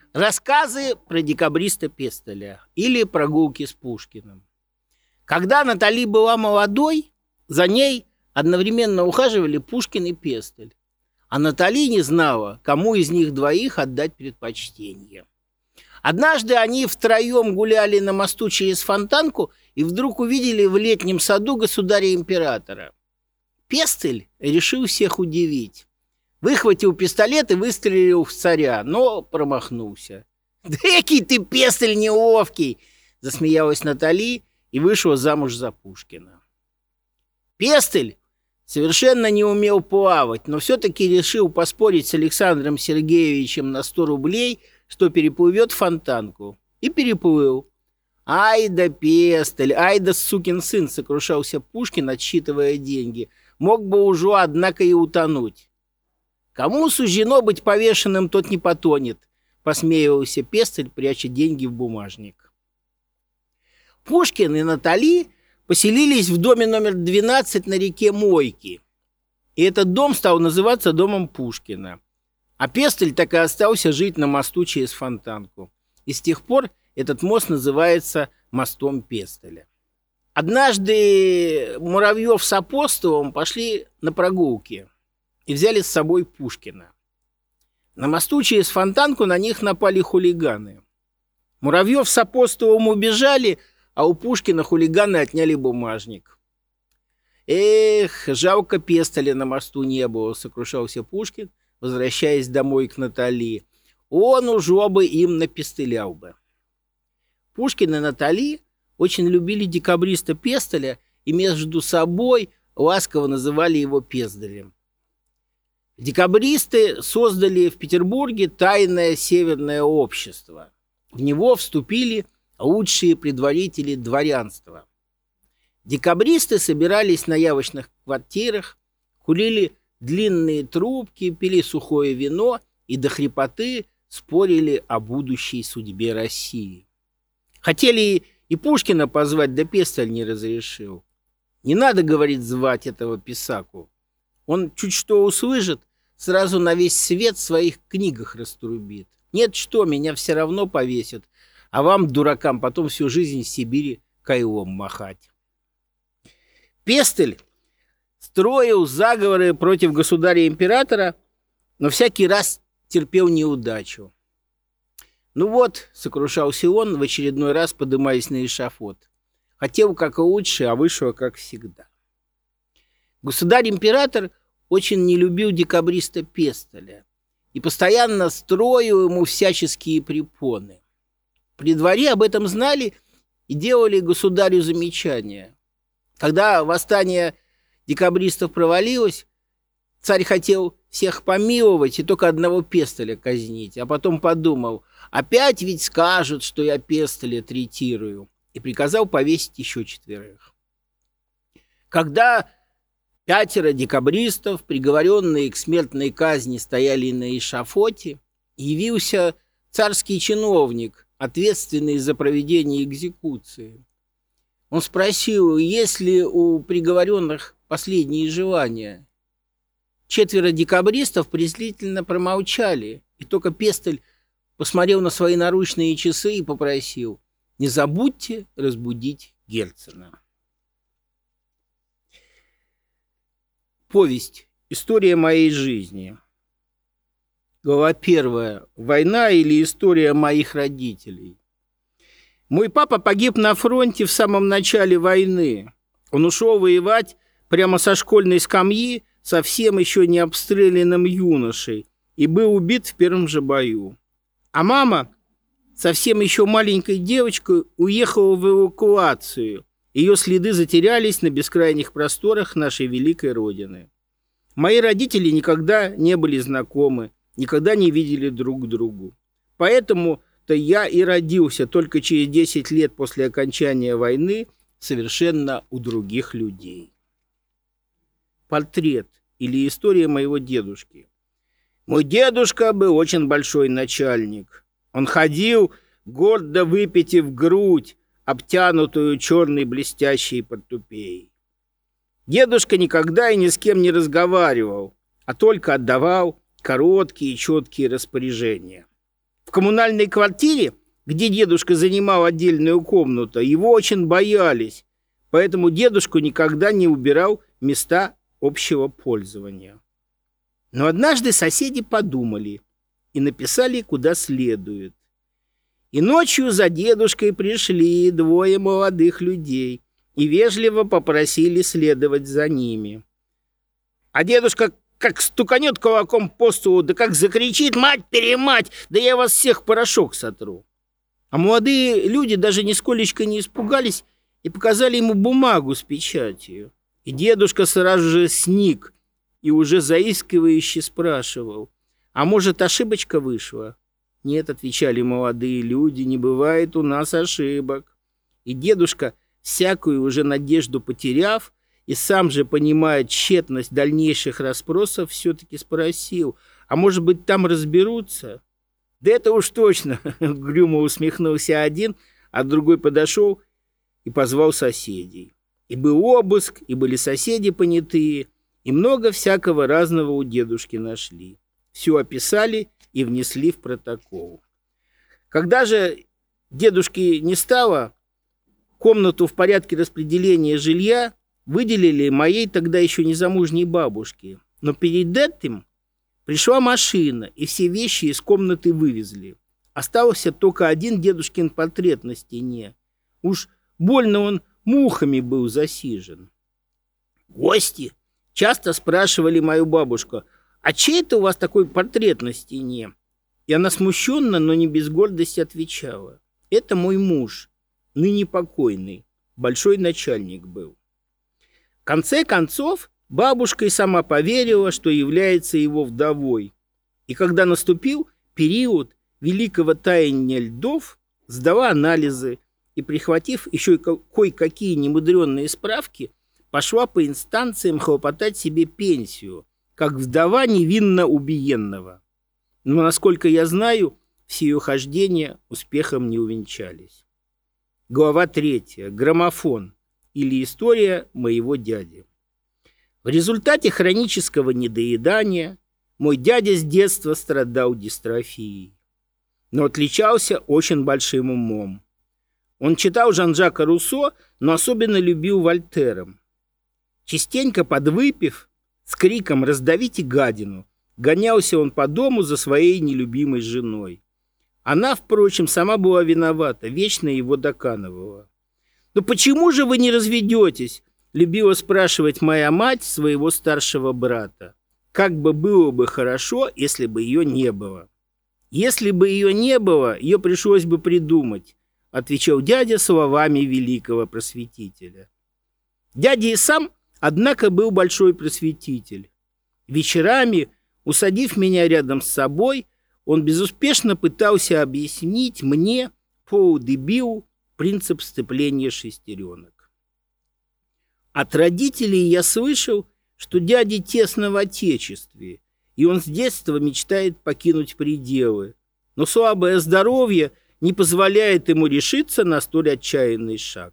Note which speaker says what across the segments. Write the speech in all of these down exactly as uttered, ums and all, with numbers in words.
Speaker 1: Рассказы про декабриста Пестеля или прогулки с Пушкиным. Когда Натали была молодой, за ней одновременно ухаживали Пушкин и Пестель. А Натали не знала, кому из них двоих отдать предпочтение. Однажды они втроем гуляли на мосту через Фонтанку и вдруг увидели в летнем саду государя-императора. Пестель решил всех удивить. Выхватил пистолет и выстрелил в царя, но промахнулся. «Да який ты, Пестель, неловкий!» — засмеялась Натали и вышла замуж за Пушкина. Пестель совершенно не умел плавать, но все-таки решил поспорить с Александром Сергеевичем на сто рублей, что переплывет Фонтанку. И переплыл. «Ай да Пестель, ай да сукин сын!» — сокрушался Пушкин, отсчитывая деньги. «Мог бы уже, однако, и утонуть». «Кому суждено быть повешенным, тот не потонет», — посмеивался Пестель, пряча деньги в бумажник. Пушкин и Натали поселились в доме номер двенадцать на реке Мойки. И этот дом стал называться домом Пушкина. А Пестель так и остался жить на мосту через Фонтанку. И с тех пор этот мост называется мостом Пестеля. Однажды Муравьев с Апостолом пошли на прогулки и взяли с собой Пушкина. На мосту через Фонтанку на них напали хулиганы. Муравьев с Апостолом убежали, а у Пушкина хулиганы отняли бумажник. «Эх, жалко, Пестеля на мосту не было», — сокрушался Пушкин, возвращаясь домой к Натали. «Он уже бы им напестылял бы». Пушкин и Натали очень любили декабриста Пестеля и между собой ласково называли его Пездарем. Декабристы создали в Петербурге тайное северное общество. В него вступили лучшие предводители дворянства. Декабристы собирались на явочных квартирах, курили длинные трубки, пили сухое вино и до хрипоты спорили о будущей судьбе России. Хотели и Пушкина позвать, да Пестель не разрешил. Не надо, говорит, звать этого писаку. Он чуть что услышит, сразу на весь свет в своих книгах раструбит. Нет, что, меня все равно повесят, а вам, дуракам, потом всю жизнь в Сибири кайлом махать. Пестель строил заговоры против государя-императора, но всякий раз терпел неудачу. Ну вот, сокрушался он, в очередной раз подымаясь на эшафот. Хотел как лучше, а вышло как всегда. Государь-император очень не любил декабриста Пестеля и постоянно строил ему всяческие препоны. При дворе об этом знали и делали государю замечания. Когда восстание декабристов провалилось, царь хотел всех помиловать и только одного Пестеля казнить, а потом подумал, опять ведь скажут, что я Пестеля третирую, и приказал повесить еще четверых. Когда пятеро декабристов, приговоренные к смертной казни, стояли на эшафоте, явился царский чиновник, ответственный за проведение экзекуции. Он спросил, есть ли у приговоренных последние желания. Четверо декабристов презрительно промолчали, и только Пестель посмотрел на свои наручные часы и попросил, не забудьте разбудить Герцена. Повесть. История моей жизни. Глава первая. Война или история моих родителей. Мой папа погиб на фронте в самом начале войны. Он ушел воевать прямо со школьной скамьи, совсем еще не обстрелянным юношей, и был убит в первом же бою. А мама, совсем еще маленькой девочкой, уехала в эвакуацию. Ее следы затерялись на бескрайних просторах нашей великой Родины. Мои родители никогда не были знакомы, никогда не видели друг другу. Поэтому-то я и родился только через десять лет после окончания войны совершенно у других людей. Портрет или история моего дедушки. Мой дедушка был очень большой начальник. Он ходил, гордо выпитив грудь, обтянутую черной блестящей портупеей. Дедушка никогда и ни с кем не разговаривал, а только отдавал короткие и четкие распоряжения. В коммунальной квартире, где дедушка занимал отдельную комнату, его очень боялись, поэтому дедушку никогда не убирал места общего пользования. Но однажды соседи подумали и написали куда следует. И ночью за дедушкой пришли двое молодых людей и вежливо попросили следовать за ними. А дедушка как стуканет кулаком по столу, да как закричит: «Мать-перемать, да я вас всех в порошок сотру!» А молодые люди даже нисколечко не испугались и показали ему бумагу с печатью. И дедушка сразу же сник и уже заискивающе спрашивал: «А может, ошибочка вышла?» «Нет», — отвечали молодые люди, — «не бывает у нас ошибок». И дедушка, всякую уже надежду потеряв и сам же понимая тщетность дальнейших расспросов, все-таки спросил: «А может быть, там разберутся?» «Да это уж точно», — угрюмо усмехнулся один, а другой подошел и позвал соседей. И был обыск, и были соседи понятые, и много всякого разного у дедушки нашли. Все описали и внесли в протокол. Когда же дедушки не стало, комнату в порядке распределения жилья выделили моей тогда еще незамужней бабушке. Но перед этим пришла машина, и все вещи из комнаты вывезли. Остался только один дедушкин портрет на стене. Уж больно он мухами был засижен. Гости часто спрашивали мою бабушку: «А чей это у вас такой портрет на стене?» И она смущенно, но не без гордости отвечала: «Это мой муж, ныне покойный, большой начальник был». В конце концов, бабушка и сама поверила, что является его вдовой. И когда наступил период великого таяния льдов, сдала анализы и, прихватив еще и кое-какие немудренные справки, пошла по инстанциям хлопотать себе пенсию, как вдова невинно убиенного. Но, насколько я знаю, все ее хождения успехом не увенчались. Глава третья. Граммофон или история моего дяди. В результате хронического недоедания мой дядя с детства страдал дистрофией, но отличался очень большим умом. Он читал Жан-Жака Руссо, но особенно любил Вольтера. Частенько подвыпив, с криком «Раздавите гадину!» гонялся он по дому за своей нелюбимой женой. Она, впрочем, сама была виновата, вечно его доканывала. «Но почему же вы не разведетесь?» — любила спрашивать моя мать своего старшего брата. «Как бы было бы хорошо, если бы ее не было». «Если бы ее не было, ее пришлось бы придумать», — отвечал дядя словами великого просветителя. Дядя и сам, однако, был большой просветитель. Вечерами, усадив меня рядом с собой, он безуспешно пытался объяснить мне, полудебилу, принцип сцепления шестеренок. От родителей я слышал, что дядя тесно в отечестве, и он с детства мечтает покинуть пределы, но слабое здоровье не позволяет ему решиться на столь отчаянный шаг.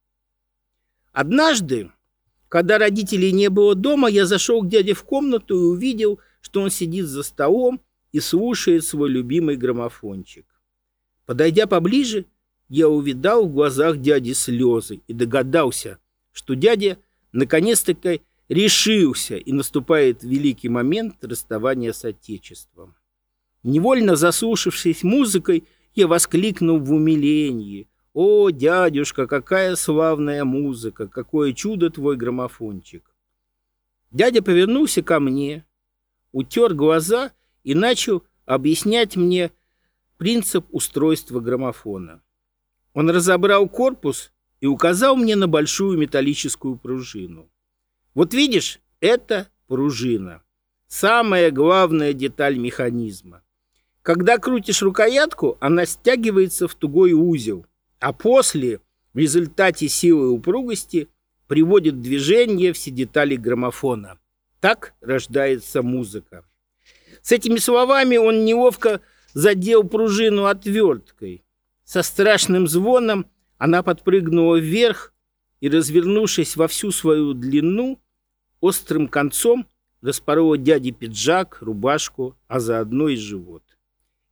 Speaker 1: Однажды, когда родителей не было дома, я зашел к дяде в комнату и увидел, что он сидит за столом и слушает свой любимый граммофончик. Подойдя поближе, я увидал в глазах дяди слезы и догадался, что дядя наконец-таки решился, и наступает великий момент расставания с Отечеством. Невольно заслушавшись музыкой, я воскликнул в умилении: «О, дядюшка, какая славная музыка! Какое чудо твой граммофончик!» Дядя повернулся ко мне, утер глаза и начал объяснять мне принцип устройства граммофона. Он разобрал корпус и указал мне на большую металлическую пружину. «Вот видишь, это пружина. Самая главная деталь механизма. Когда крутишь рукоятку, она стягивается в тугой узел, а после, в результате силы упругости, приводит в движение все детали граммофона. Так рождается музыка». С этими словами он неловко задел пружину отверткой. Со страшным звоном она подпрыгнула вверх и, развернувшись во всю свою длину, острым концом распорола дяде пиджак, рубашку, а заодно и живот.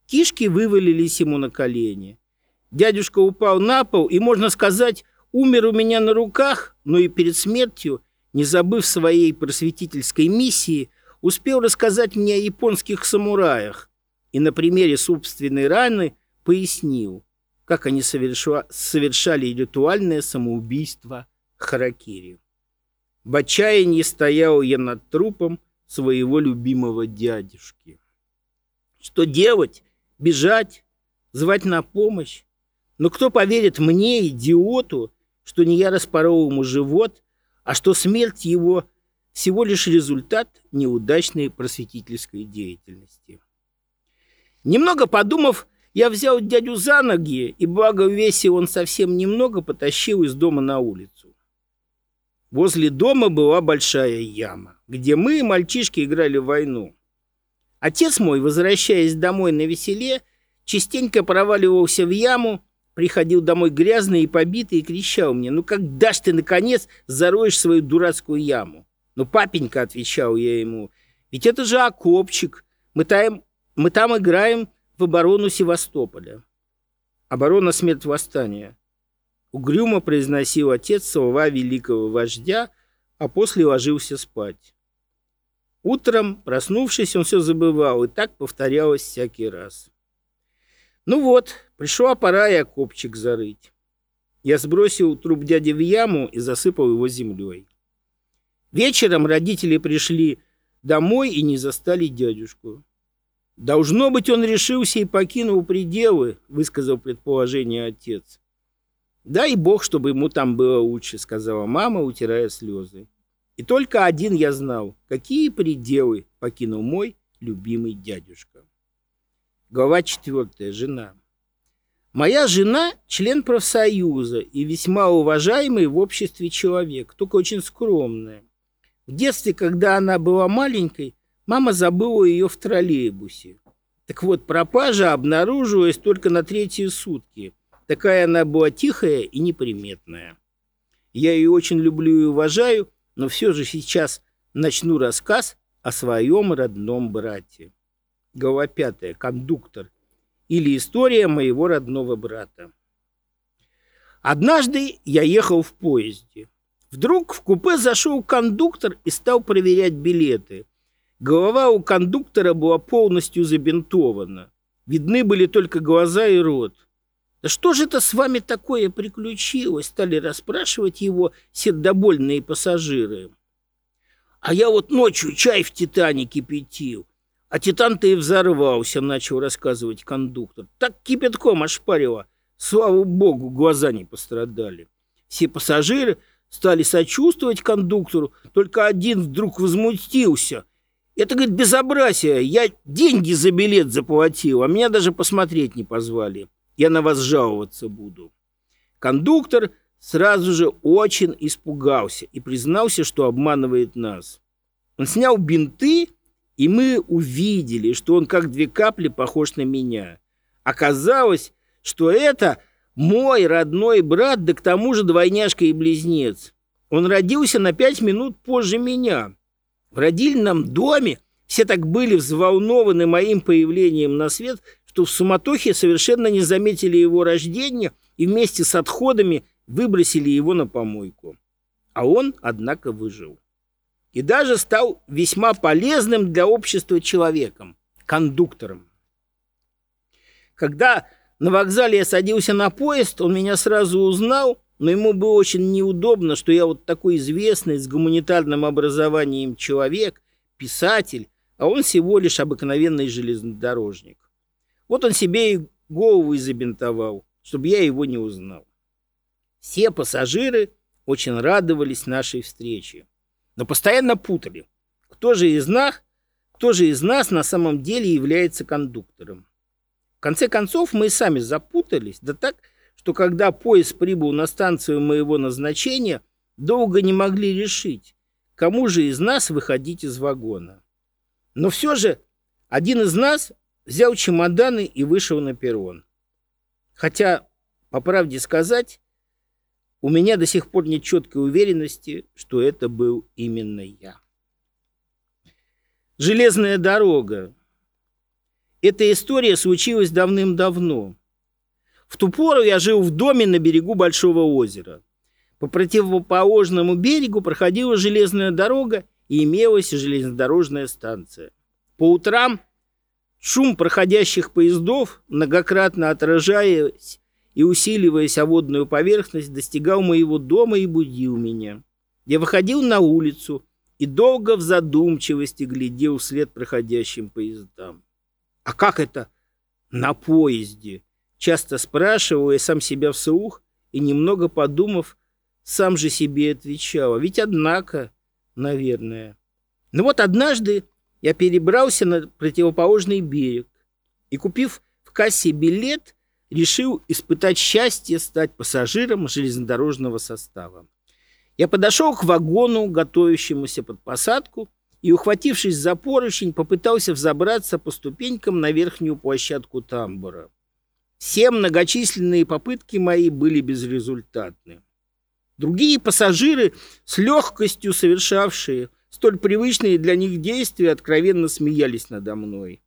Speaker 1: Кишки вывалились ему на колени. Дядюшка упал на пол и, можно сказать, умер у меня на руках, но и перед смертью, не забыв своей просветительской миссии, успел рассказать мне о японских самураях и на примере собственной раны пояснил, как они соверша... совершали ритуальное самоубийство харакири. В отчаянии стоял я над трупом своего любимого дядюшки. Что делать? Бежать? Звать на помощь? Но кто поверит мне, идиоту, что не я распорол ему живот, а что смерть его всего лишь результат неудачной просветительской деятельности? Немного подумав, я взял дядю за ноги, и, благо в весе он совсем немного, потащил из дома на улицу. Возле дома была большая яма, где мы, мальчишки, играли в войну. Отец мой, возвращаясь домой навеселе, частенько проваливался в яму, приходил домой грязный и побитый и кричал мне: «Ну когда ж ты, наконец, зароешь свою дурацкую яму?» «Ну, папенька», — отвечал я ему, — «ведь это же окопчик, мы там, мы там играем в оборону Севастополя». «Оборона — смерть восстания», — угрюмо произносил отец слова великого вождя, а после ложился спать. Утром, проснувшись, он все забывал, и так повторялось всякий раз. Ну вот, пришла пора и окопчик зарыть. Я сбросил труп дяди в яму и засыпал его землей. Вечером родители пришли домой и не застали дядюшку. «Должно быть, он решился и покинул пределы», — высказал предположение отец. «Дай бог, чтобы ему там было лучше», — сказала мама, утирая слезы. И только один я знал, какие пределы покинул мой любимый дядюшка. Глава четвертая. Жена. Моя жена – член профсоюза и весьма уважаемый в обществе человек, только очень скромная. В детстве, когда она была маленькой, мама забыла ее в троллейбусе. Так вот, пропажа обнаружилась только на третьи сутки. Такая она была тихая и неприметная. Я ее очень люблю и уважаю, но все же сейчас начну рассказ о своем родном брате. Глава пятая. Кондуктор. Или история моего родного брата. Однажды я ехал в поезде. Вдруг в купе зашел кондуктор и стал проверять билеты. Голова у кондуктора была полностью забинтована. Видны были только глаза и рот. «Да что же это с вами такое приключилось?» — стали расспрашивать его сердобольные пассажиры. «А я вот ночью чай в «Титане» кипятил. А «Титан»-то и взорвался», — начал рассказывать кондуктор. «Так кипятком ошпарило. Слава богу, глаза не пострадали». Все пассажиры стали сочувствовать кондуктору, только один вдруг возмутился. «Это, говорит, безобразие. Я деньги за билет заплатил, а меня даже посмотреть не позвали. Я на вас жаловаться буду». Кондуктор сразу же очень испугался и признался, что обманывает нас. Он снял бинты, и мы увидели, что он как две капли похож на меня. Оказалось, что это мой родной брат, да к тому же двойняшка и близнец. Он родился на пять минут позже меня. В родильном доме все так были взволнованы моим появлением на свет, что в суматохе совершенно не заметили его рождения и вместе с отходами выбросили его на помойку. А он, однако, выжил. И даже стал весьма полезным для общества человеком, кондуктором. Когда на вокзале я садился на поезд, он меня сразу узнал, но ему было очень неудобно, что я вот такой известный, с гуманитарным образованием человек, писатель, а он всего лишь обыкновенный железнодорожник. Вот он себе и голову и забинтовал, чтобы я его не узнал. Все пассажиры очень радовались нашей встрече, но постоянно путали, кто же из нас, кто же из нас на самом деле является кондуктором. В конце концов мы сами запутались, да так, что когда поезд прибыл на станцию моего назначения, долго не могли решить, кому же из нас выходить из вагона. Но все же один из нас взял чемоданы и вышел на перрон. Хотя, по правде сказать, у меня до сих пор нет четкой уверенности, что это был именно я. Железная дорога. Эта история случилась давным-давно. В ту пору я жил в доме на берегу большого озера. По противоположному берегу проходила железная дорога и имелась железнодорожная станция. По утрам шум проходящих поездов, многократно отражаясь и усиливаясь о водную поверхность, достигал моего дома и будил меня. Я выходил на улицу и долго в задумчивости глядел вслед проходящим поездам. «А как это на поезде?» Часто спрашивал я сам себя вслух и, немного подумав, сам же себе отвечал. Ведь однако, наверное. Но вот однажды я перебрался на противоположный берег и, купив в кассе билет, решил испытать счастье стать пассажиром железнодорожного состава. Я подошел к вагону, готовящемуся под посадку, и, ухватившись за поручень, попытался взобраться по ступенькам на верхнюю площадку тамбура. Все многочисленные попытки мои были безрезультатны. Другие пассажиры, с легкостью совершавшие столь привычные для них действия, откровенно смеялись надо мной.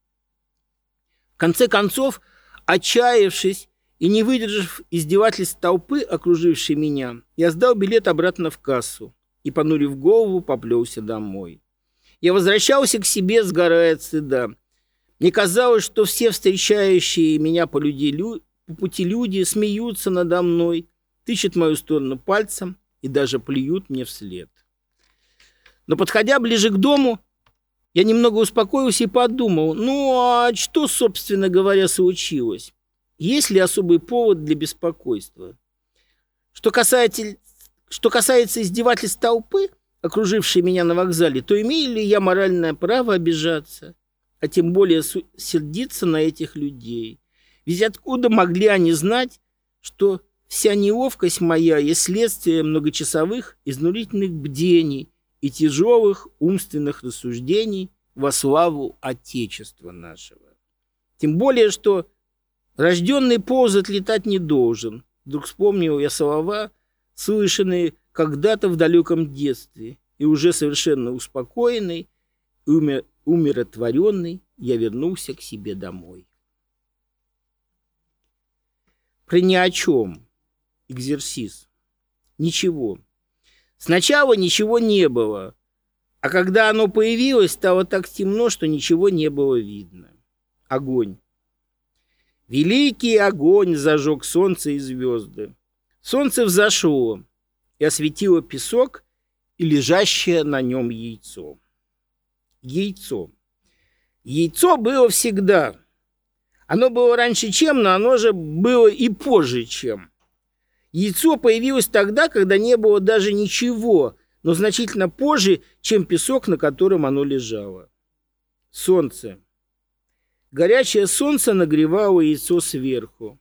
Speaker 1: В конце концов, отчаявшись и не выдержав издевательств толпы, окружившей меня, я сдал билет обратно в кассу и, понурив голову, поплелся домой. Я возвращался к себе, сгорая от стыда. Мне казалось, что все встречающие меня по, люди, лю, по пути люди смеются надо мной, тычут в мою сторону пальцем и даже плюют мне вслед. Но, подходя ближе к дому, я немного успокоился и подумал, ну а что, собственно говоря, случилось? Есть ли особый повод для беспокойства? Что касается, что касается издевательств толпы, окружившей меня на вокзале, то имею ли я моральное право обижаться, а тем более сердиться на этих людей? Ведь откуда могли они знать, что вся неловкость моя есть следствие многочасовых изнурительных бдений и тяжелых умственных рассуждений во славу Отечества нашего? Тем более, что рожденный ползать летать не должен. Вдруг вспомнил я слова, слышанные когда-то в далеком детстве, и уже совершенно успокоенный и умер, умиротворенный я вернулся к себе домой. При ни о чем. Экзерсис. Ничего. Сначала ничего не было, а когда оно появилось, стало так темно, что ничего не было видно. Огонь. Великий огонь зажег солнце и звезды. Солнце взошло и осветило песок и лежащее на нем яйцо. Яйцо. Яйцо было всегда. Оно было раньше чем, но оно же было и позже чем. Яйцо появилось тогда, когда не было даже ничего, но значительно позже, чем песок, на котором оно лежало. Солнце. Горячее солнце нагревало яйцо сверху.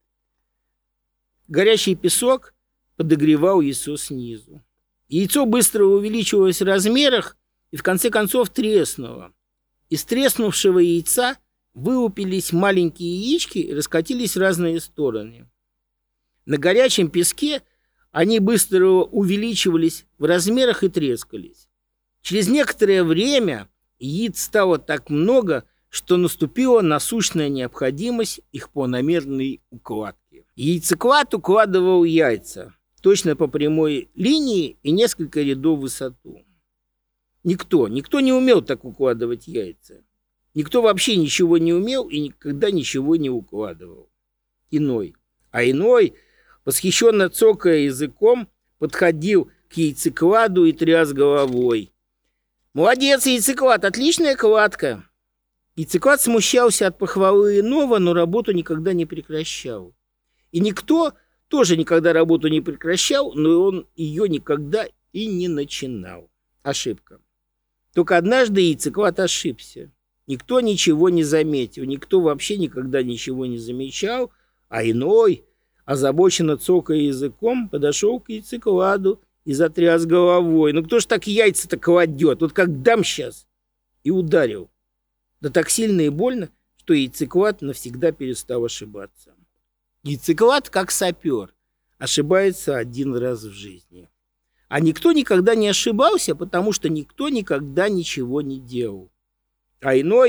Speaker 1: Горячий песок подогревал яйцо снизу. Яйцо быстро увеличивалось в размерах и в конце концов треснуло. Из треснувшего яйца вылупились маленькие яички и раскатились в разные стороны. На горячем песке они быстро увеличивались в размерах и трескались. Через некоторое время яиц стало так много, что наступила насущная необходимость их планомерной укладки. Яйцеклад укладывал яйца точно по прямой линии и несколько рядов в высоту. Никто, никто не умел так укладывать яйца. Никто вообще ничего не умел и никогда ничего не укладывал. Иной. А иной, восхищенно цокая языком, подходил к яйцекладу и тряс головой. «Молодец, яйцеклад, отличная кладка!» Яйцеклад смущался от похвалы иного, но работу никогда не прекращал. И никто тоже никогда работу не прекращал, но он ее никогда и не начинал. Ошибка. Только однажды яйцеклад ошибся. Никто ничего не заметил, никто вообще никогда ничего не замечал, а иной, озабоченно цокая языком, подошел к яйцекладу и затряс головой. «Ну кто ж так яйца-то кладет? Вот как дам сейчас!» И ударил. Да так сильно и больно, что яйцеклад навсегда перестал ошибаться. Яйцеклад, как сапер, ошибается один раз в жизни. А никто никогда не ошибался, потому что никто никогда ничего не делал. А иной,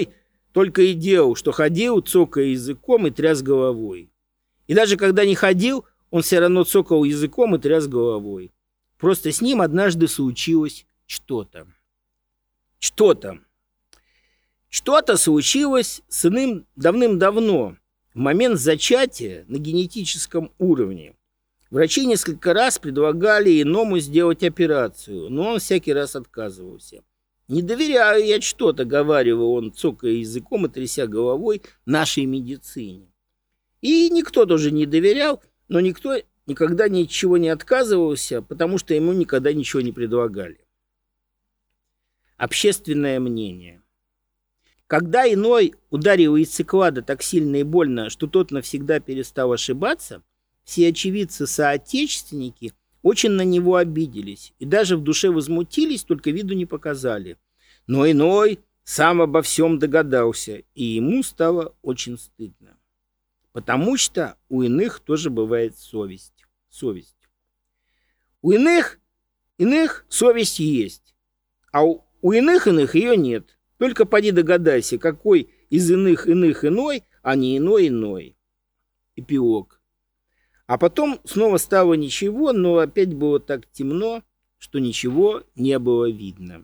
Speaker 1: только и делал, что ходил, цокая языком и тряс головой. И даже когда не ходил, он все равно цокал языком и тряс головой. Просто с ним однажды случилось что-то. Что-то. Что-то случилось с иным давным-давно, в момент зачатия на генетическом уровне. Врачи несколько раз предлагали иному сделать операцию, но он всякий раз отказывался. «Не доверяю я что-то», — говаривал он, цокая языком и тряся головой, нашей медицине. И никто тоже не доверял, но никто никогда ничего не отказывался, потому что ему никогда ничего не предлагали. Общественное мнение. Когда иной ударил яйцеклада так сильно и больно, что тот навсегда перестал ошибаться, все очевидцы-соотечественники очень на него обиделись и даже в душе возмутились, только виду не показали. Но иной сам обо всем догадался, и ему стало очень стыдно. Потому что у иных тоже бывает совесть. Совесть. У иных, иных совесть есть, а у, у иных иных ее нет. Только поди догадайся, какой из иных иных иной, а не иной иной. Эпилог. А потом снова стало ничего, но опять было так темно, что ничего не было видно.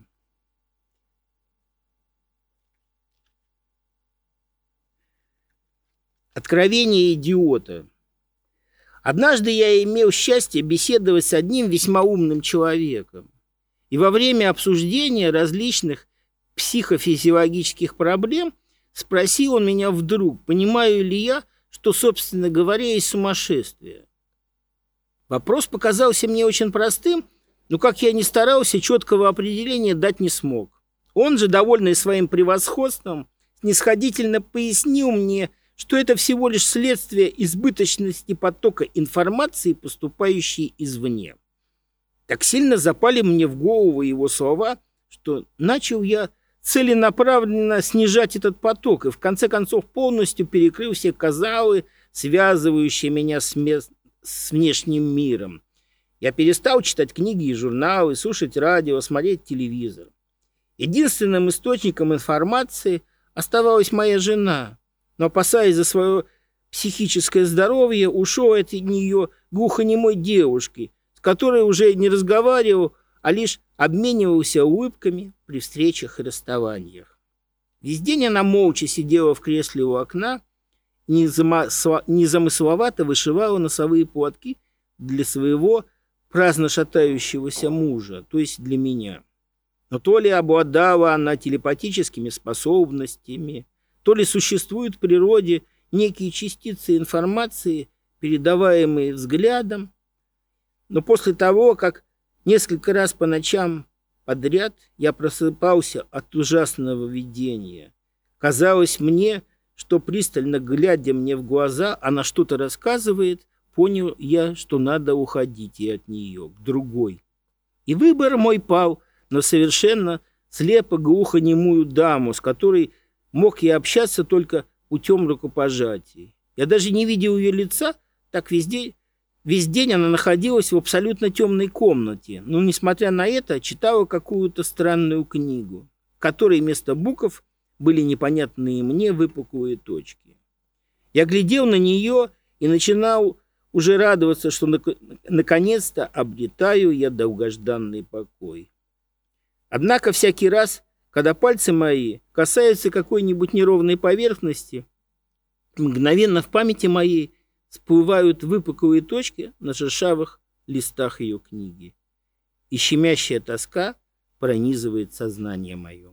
Speaker 1: Откровение идиота. Однажды я имел счастье беседовать с одним весьма умным человеком. И во время обсуждения различных психофизиологических проблем спросил он меня вдруг, понимаю ли я, что, собственно говоря, есть сумасшествие. Вопрос показался мне очень простым, но, как я ни старался, четкого определения дать не смог. Он же, довольный своим превосходством, снисходительно пояснил мне, что это всего лишь следствие избыточности потока информации, поступающей извне. Так сильно запали мне в голову его слова, что начал я целенаправленно снижать этот поток и в конце концов полностью перекрыл все каналы, связывающие меня с, мест, с внешним миром. Я перестал читать книги и журналы, слушать радио, смотреть телевизор. Единственным источником информации оставалась моя жена, но, опасаясь за свое психическое здоровье, ушел от нее глухонемой девушкой, с которой уже не разговаривал, а лишь обменивался улыбками при встречах и расставаниях. Весь день она молча сидела в кресле у окна, незамысловато вышивала носовые платки для своего праздно шатающегося мужа, то есть для меня. Но то ли обладала она телепатическими способностями, то ли существуют в природе некие частицы информации, передаваемые взглядом, но после того, как несколько раз по ночам подряд я просыпался от ужасного видения, казалось мне, что, пристально глядя мне в глаза, она что-то рассказывает, понял я, что надо уходить и от нее, к другой. И выбор мой пал на совершенно слепо-глухонемую даму, с которой мог я общаться только путем рукопожатий. Я даже не видел ее лица, так везде, весь день она находилась в абсолютно темной комнате, но, несмотря на это, читала какую-то странную книгу, в которой вместо букв были непонятные мне выпуклые точки. Я глядел на нее и начинал уже радоваться, что наконец-то обретаю я долгожданный покой. Однако всякий раз, когда пальцы мои касаются какой-нибудь неровной поверхности, мгновенно в памяти моей всплывают выпуклые точки на шершавых листах ее книги. И щемящая тоска пронизывает сознание мое.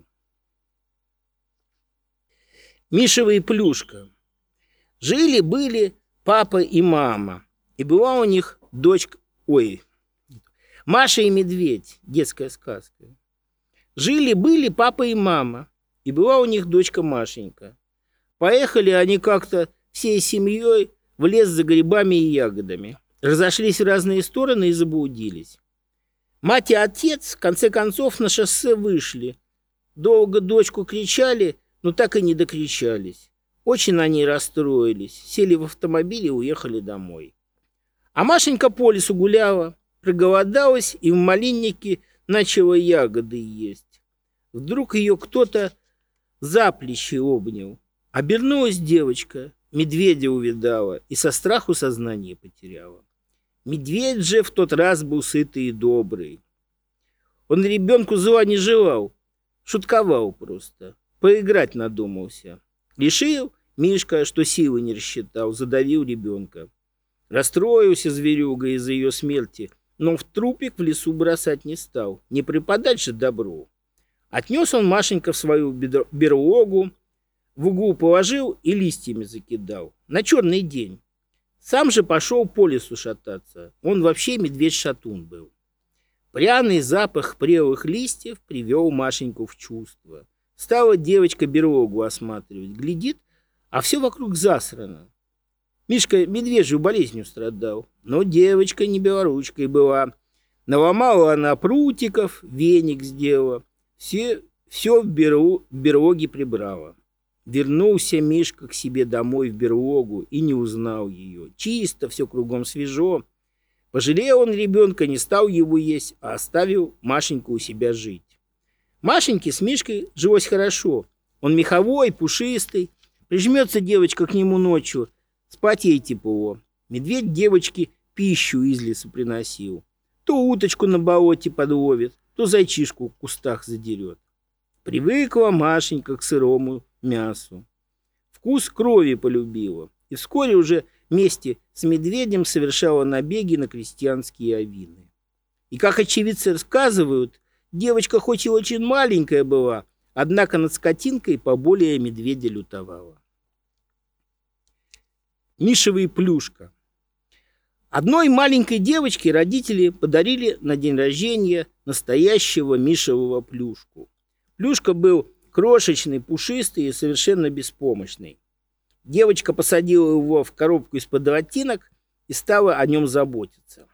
Speaker 1: Мишева и Плюшка. Жили-были папа и мама, и была у них дочка... Ой, Маша и Медведь, детская сказка. Жили-были папа и мама, и была у них дочка Машенька. Поехали они как-то всей семьей в лес за грибами и ягодами. Разошлись в разные стороны и заблудились. Мать и отец, в конце концов, на шоссе вышли. Долго дочку кричали, но так и не докричались. Очень они расстроились, сели в автомобиль и уехали домой. А Машенька по лесу гуляла, проголодалась и в малиннике начала ягоды есть. Вдруг ее кто-то за плечи обнял. Обернулась девочка, медведя увидала и со страху сознание потеряла. Медведь же в тот раз был сытый и добрый. Он ребенку зла не желал, шутковал просто, поиграть надумался. Решил Мишка, что силы не рассчитал, задавил ребенка. Расстроился зверюга из-за ее смерти, но в трупик в лесу бросать не стал, не преподать же добру. Отнес он Машенька в свою берлогу, в углу положил и листьями закидал. На черный день. Сам же пошел по лесу шататься. Он вообще медведь-шатун был. Пряный запах прелых листьев привел Машеньку в чувство. Стала девочка берлогу осматривать. Глядит, а все вокруг засрано. Мишка медвежью болезнью страдал. Но девочка не белоручкой была. Наломала она прутиков, веник сделала. Все, все в берлоге прибрала. Вернулся Мишка к себе домой в берлогу и не узнал ее. Чисто, все кругом свежо. Пожалел он ребенка, не стал его есть, а оставил Машеньку у себя жить. Машеньке с Мишкой жилось хорошо. Он меховой, пушистый. Прижмется девочка к нему ночью, спать ей тепло. Медведь девочке пищу из лесу приносил. То уточку на болоте подловит, то зайчишку в кустах задерет. Привыкла Машенька к сырому мясу. Вкус крови полюбила. И вскоре уже вместе с медведем совершала набеги на крестьянские овины. И, как очевидцы рассказывают, девочка хоть и очень маленькая была, однако над скотинкой поболее медведя лютовала. Мишева и Плюшка. Одной маленькой девочке родители подарили на день рождения настоящего Мишевого Плюшку. Плюшка был крошечный, пушистый и совершенно беспомощный. Девочка посадила его в коробку из-под ботинок и стала о нем заботиться.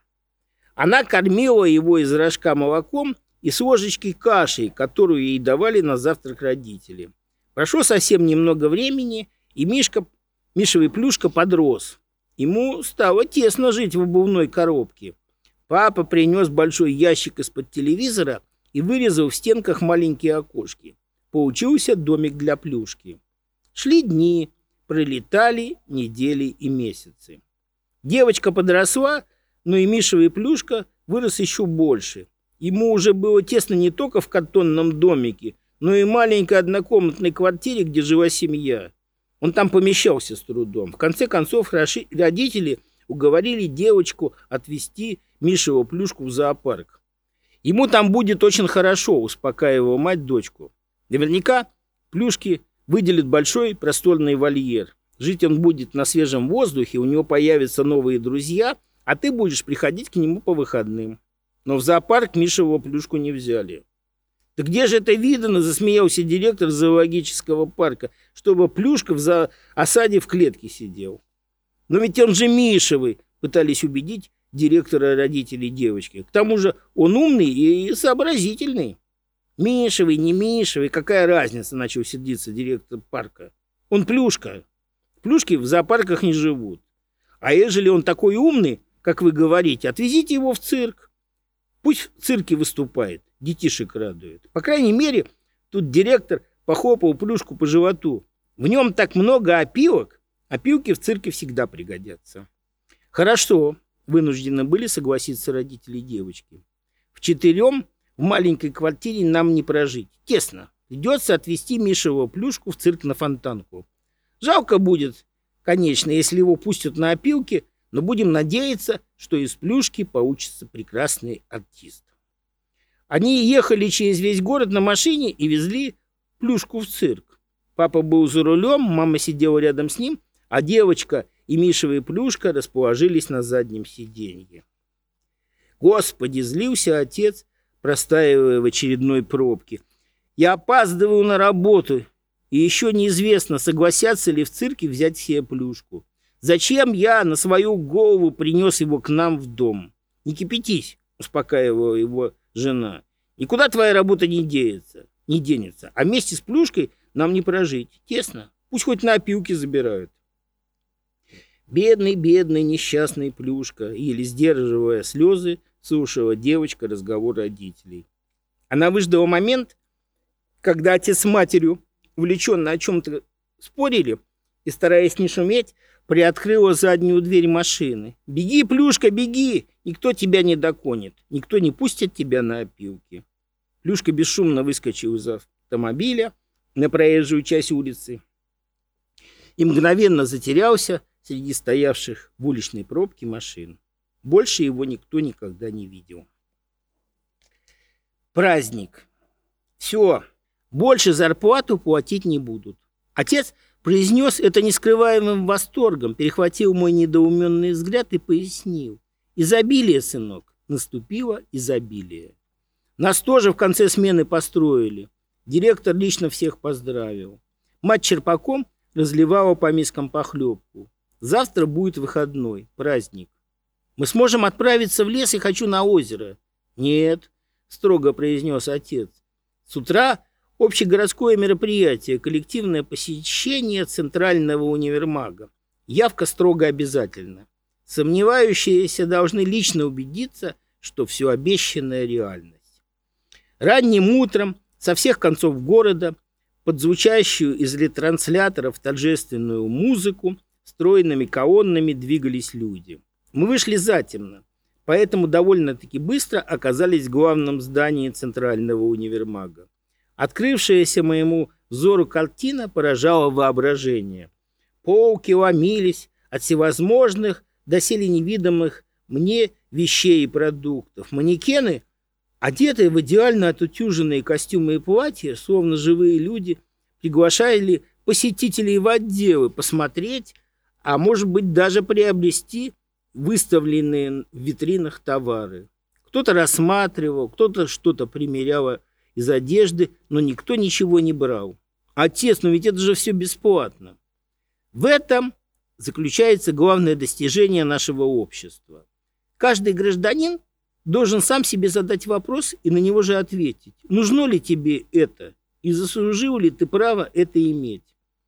Speaker 1: Она кормила его из рожка молоком и с ложечки кашей, которую ей давали на завтрак родители. Прошло совсем немного времени, и Мишка, Мишевый Плюшка подрос. Ему стало тесно жить в обувной коробке. Папа принес большой ящик из-под телевизора и вырезал в стенках маленькие окошки. Получился домик для Плюшки. Шли дни, пролетали недели и месяцы. Девочка подросла, но и Мишевый Плюшка вырос еще больше. Ему уже было тесно не только в картонном домике, но и в маленькой однокомнатной квартире, где жила семья. Он там помещался с трудом. В конце концов, родители уговорили девочку отвезти Мишеву Плюшку в зоопарк. Ему там будет очень хорошо, успокаивала мать дочку. Наверняка Плюшке выделят большой просторный вольер. Жить он будет на свежем воздухе, у него появятся новые друзья, а ты будешь приходить к нему по выходным. Но в зоопарк Мишевого Плюшку не взяли. «Да где же это видано?» — засмеялся директор зоологического парка, чтобы Плюшка в за... осаде в клетке сидел. «Но ведь он же Мишевый!» — пытались убедить директора родителей девочки. К тому же он умный и сообразительный. «Мишевый, не Мишевый, какая разница?» — начал сердиться директор парка. «Он Плюшка. Плюшки в зоопарках не живут. А ежели он такой умный, как вы говорите, отвезите его в цирк. Пусть в цирке выступает, детишек радует. По крайней мере, тут директор похлопал Плюшку по животу. В нем так много опилок, опилки в цирке всегда пригодятся». «Хорошо», — вынуждены были согласиться родители девочки. «Вчетырем в маленькой квартире нам не прожить. Тесно. Придется отвезти Мишевого Плюшку в цирк на Фонтанку. Жалко будет, конечно, если его пустят на опилки, но будем надеяться, что из Плюшки получится прекрасный артист». Они ехали через весь город на машине и везли Плюшку в цирк. Папа был за рулем, мама сидела рядом с ним, а девочка и Мишевый Плюшка расположились на заднем сиденье. Господи, злился отец, простаивая в очередной пробке. «Я опаздываю на работу, и еще неизвестно, согласятся ли в цирке взять себе Плюшку. Зачем я на свою голову принес его к нам в дом? Не кипятись», — успокаивала его жена. «Никуда твоя работа не денется, не денется, а вместе с Плюшкой нам не прожить. Тесно, пусть хоть на опилки забирают». Бедный, бедный, несчастный Плюшка, еле сдерживая слезы, слушала девочка разговор родителей. Она выждала момент, когда отец с матерью увлеченно о чем-то спорили и, стараясь не шуметь, приоткрыла заднюю дверь машины. «Беги, Плюшка, беги! Никто тебя не догонит, никто не пустит тебя на опилки». Плюшка бесшумно выскочил из автомобиля на проезжую часть улицы и мгновенно затерялся среди стоявших в уличной пробке машин. Больше его никто никогда не видел. Праздник. Все, больше зарплату платить не будут. Отец произнес это нескрываемым восторгом, перехватил мой недоуменный взгляд и пояснил. Изобилие, сынок, наступило изобилие. Нас тоже в конце смены построили. Директор лично всех поздравил. Мать черпаком разливала по мискам похлебку. Завтра будет выходной, праздник. Мы сможем отправиться в лес, я хочу на озеро. Нет, строго произнес отец. С утра общегородское мероприятие, коллективное посещение центрального универмага. Явка строго обязательна. Сомневающиеся должны лично убедиться, что все обещанное реальность. Ранним утром со всех концов города под звучащую из ретрансляторов торжественную музыку стройными колоннами двигались люди. Мы вышли затемно, поэтому довольно-таки быстро оказались в главном здании центрального универмага. Открывшаяся моему взору картина поражала воображение. Полки ломились от всевозможных, доселе невидимых мне вещей и продуктов. Манекены, одетые в идеально отутюженные костюмы и платья, словно живые люди, приглашали посетителей в отделы посмотреть, а может быть даже приобрести выставленные в витринах товары. Кто-то рассматривал, кто-то что-то примерял из одежды, но никто ничего не брал. Отец, но ведь это же все бесплатно. В этом заключается главное достижение нашего общества. Каждый гражданин должен сам себе задать вопрос и на него же ответить. Нужно ли тебе это? И заслужил ли ты право это иметь?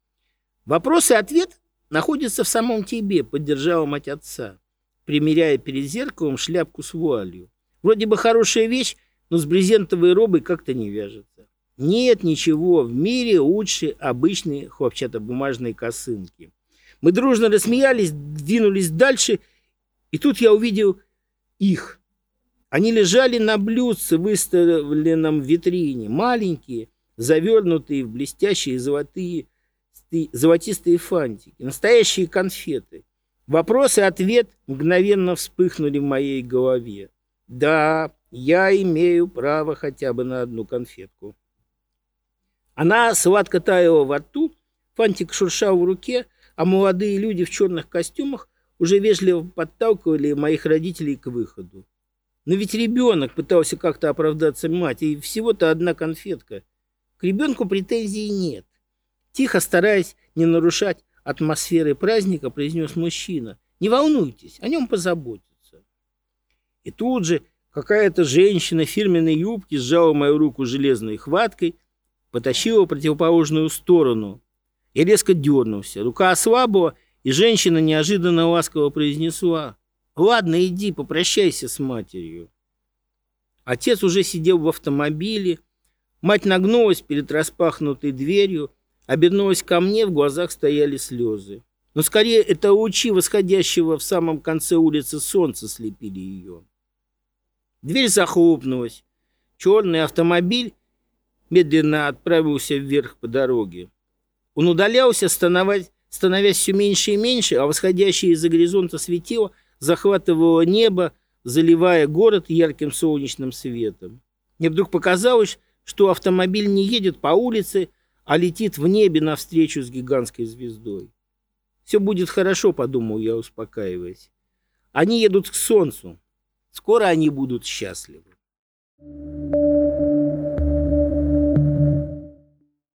Speaker 1: Вопрос и ответ находятся в самом тебе, поддержала мать отца, примеряя перед зеркалом шляпку с вуалью. Вроде бы хорошая вещь, но с брезентовой робой как-то не вяжется. Нет ничего в мире лучше обычной хлопчатобумажной косынки. Мы дружно рассмеялись, двинулись дальше, и тут я увидел их. Они лежали на блюдце, выставленном в витрине, маленькие, завернутые в блестящие золотые, золотистые фантики, настоящие конфеты. Вопрос и ответ мгновенно вспыхнули в моей голове. Да, я имею право хотя бы на одну конфетку. Она сладко таяла во рту, фантик шуршал в руке, а молодые люди в черных костюмах уже вежливо подталкивали моих родителей к выходу. Но ведь ребенок, пытался как-то оправдаться мать, и всего-то одна конфетка. К ребенку претензий нет. Тихо, стараясь не нарушать атмосферы праздника, произнес мужчина. Не волнуйтесь, о нем позаботятся. И тут же какая-то женщина в фирменной юбке сжала мою руку железной хваткой, потащила в противоположную сторону. Я резко дернулся. Рука ослабла, и женщина неожиданно ласково произнесла: «Ладно, иди, попрощайся с матерью». Отец уже сидел в автомобиле. Мать нагнулась перед распахнутой дверью, обернулась ко мне, в глазах стояли слезы. Но скорее это лучи восходящего в самом конце улицы солнца слепили ее. Дверь захлопнулась. Черный автомобиль медленно отправился вверх по дороге. Он удалялся, становясь, становясь все меньше и меньше, а восходящее из-за горизонта светило захватывало небо, заливая город ярким солнечным светом. Мне вдруг показалось, что автомобиль не едет по улице, а летит в небе навстречу с гигантской звездой. «Все будет хорошо», — подумал я, успокаиваясь. «Они едут к солнцу. Скоро они будут счастливы».